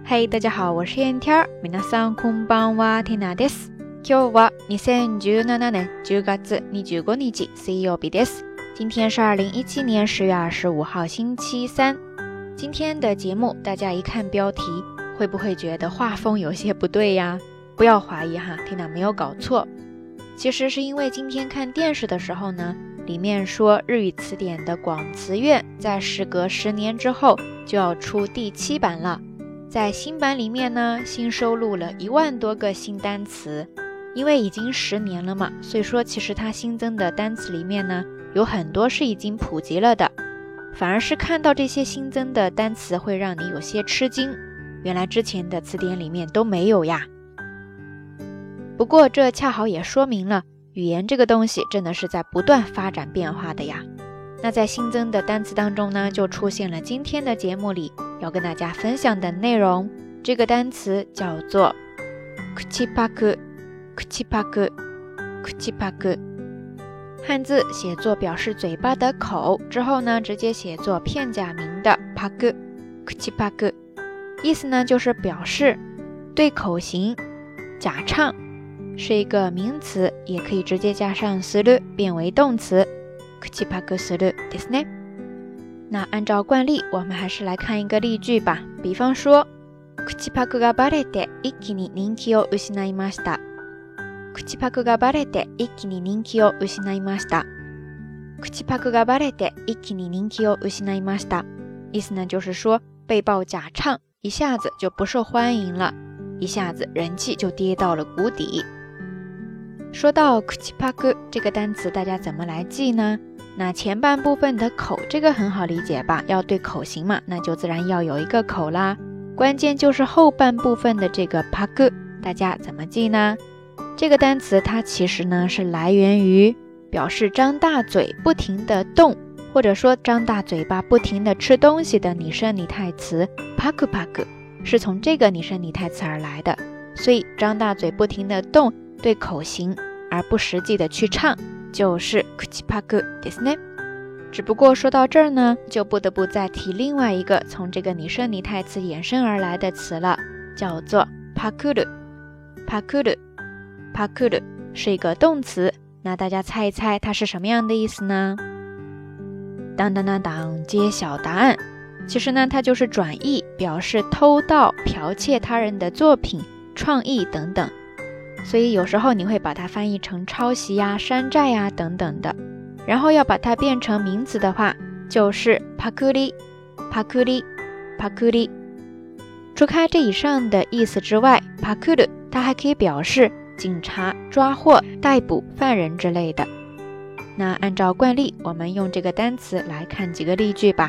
嘿，大家好，我是燕天儿。皆さんこんばんは、ティナです。今日は2017年10月25日水曜日です。今天是2017年10月25号星期三。今天的节目，大家一看标题，会不会觉得画风有些不对呀？不要怀疑哈，缇娜没有搞错。其实是因为今天看电视的时候呢，里面说日语词典的广词院在时隔10年之后就要出第7版了。在新版里面呢，新收录了1万多个新单词。因为已经10年了嘛，所以说其实它新增的单词里面呢，有很多是已经普及了的。反而是看到这些新增的单词会让你有些吃惊，原来之前的词典里面都没有呀。不过这恰好也说明了语言这个东西真的是在不断发展变化的呀。那在新增的单词当中呢，就出现了今天的节目里要跟大家分享的内容。这个单词叫做口パク，口パク，口パク。汉字写作表示嘴巴的口，之后呢直接写作片假名的パク，口パク。意思呢就是表示对口型假唱，是一个名词，也可以直接加上する变为动词。口パクするですね。那按照惯例，我们还是来看一个例句吧。比方说，口パクがバレて一気に人気を失いました。口パクがバレて一気に人気を失いました。口パクがバレて一気に人気を失いました。意思呢就是说被曝假唱，一下子就不受欢迎了，一下子人气就跌到了谷底。说到口パク这个单词，大家怎么来记呢？那前半部分的口，这个很好理解吧，要对口型嘛，那就自然要有一个口啦。关键就是后半部分的这个パク，大家怎么记呢？这个单词它其实呢是来源于表示张大嘴不停地动，或者说张大嘴巴不停地吃东西的拟声拟态词パクパク，是從这个拟声拟态词而来的。所以张大嘴不停地动对口型而不实际的去唱，就是口パクですね。只不过说到这儿呢，就不得不再提另外一个从这个拟声拟态词衍生而来的词了，叫做パクる。パクるパクる是一个动词，那大家猜一猜它是什么样的意思呢？当当当当，揭晓答案。其实呢，它就是转译，表示偷盗、剽窃他人的作品、创意等等。所以有时候你会把它翻译成抄袭呀、山寨呀等等的。然后要把它变成名词的话，就是パクリ、パクリ、パクリ。除开这以上的意思之外，パクる它还可以表示警察抓获、逮捕犯人之类的。那按照惯例，我们用这个单词来看几个例句吧。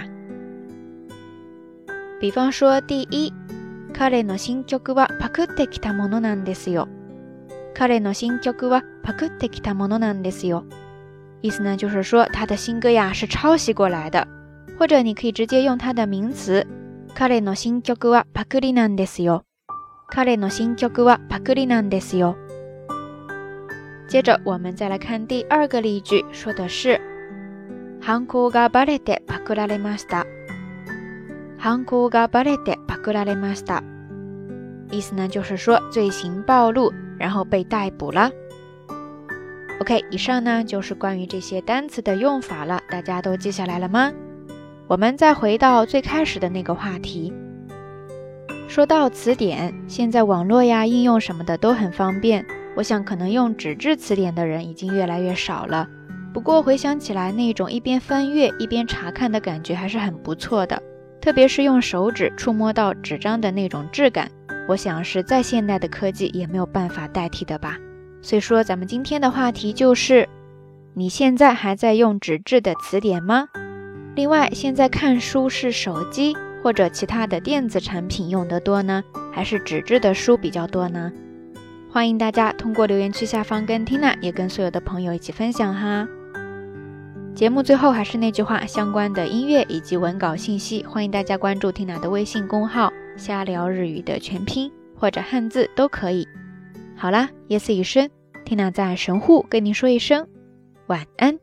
比方说第一，彼の新曲はパクってきたものなんですよ。彼の新曲はパクってきたものなんですよ。意思呢就是说他的新歌呀是抄袭过来的，或者你可以直接用他的名词彼の新曲はパクリなんですよ。彼の新曲はパクリなんですよ。接着我们再来看第二个例句，说的是犯行がバレてパクられました。犯行がバレてパクられました。意思呢就是说罪行暴露，然后被逮捕了。OK， 以上呢就是关于这些单词的用法了，大家都记下来了吗？我们再回到最开始的那个话题。说到词典，现在网络呀、应用什么的都很方便，我想可能用纸质词典的人已经越来越少了。不过回想起来，那种一边翻阅一边查看的感觉还是很不错的，特别是用手指触摸到纸张的那种质感，我想是再现代的科技也没有办法代替的吧。所以说咱们今天的话题就是，你现在还在用纸质的词典吗？另外，现在看书是手机或者其他的电子产品用得多呢，还是纸质的书比较多呢？欢迎大家通过留言区下方跟 Tina 也跟所有的朋友一起分享哈。节目最后还是那句话，相关的音乐以及文稿信息，欢迎大家关注 Tina 的微信公号瞎聊日语的全拼或者汉字都可以。好啦，夜色已深， Tina 在神户跟您说一声晚安。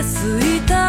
ついた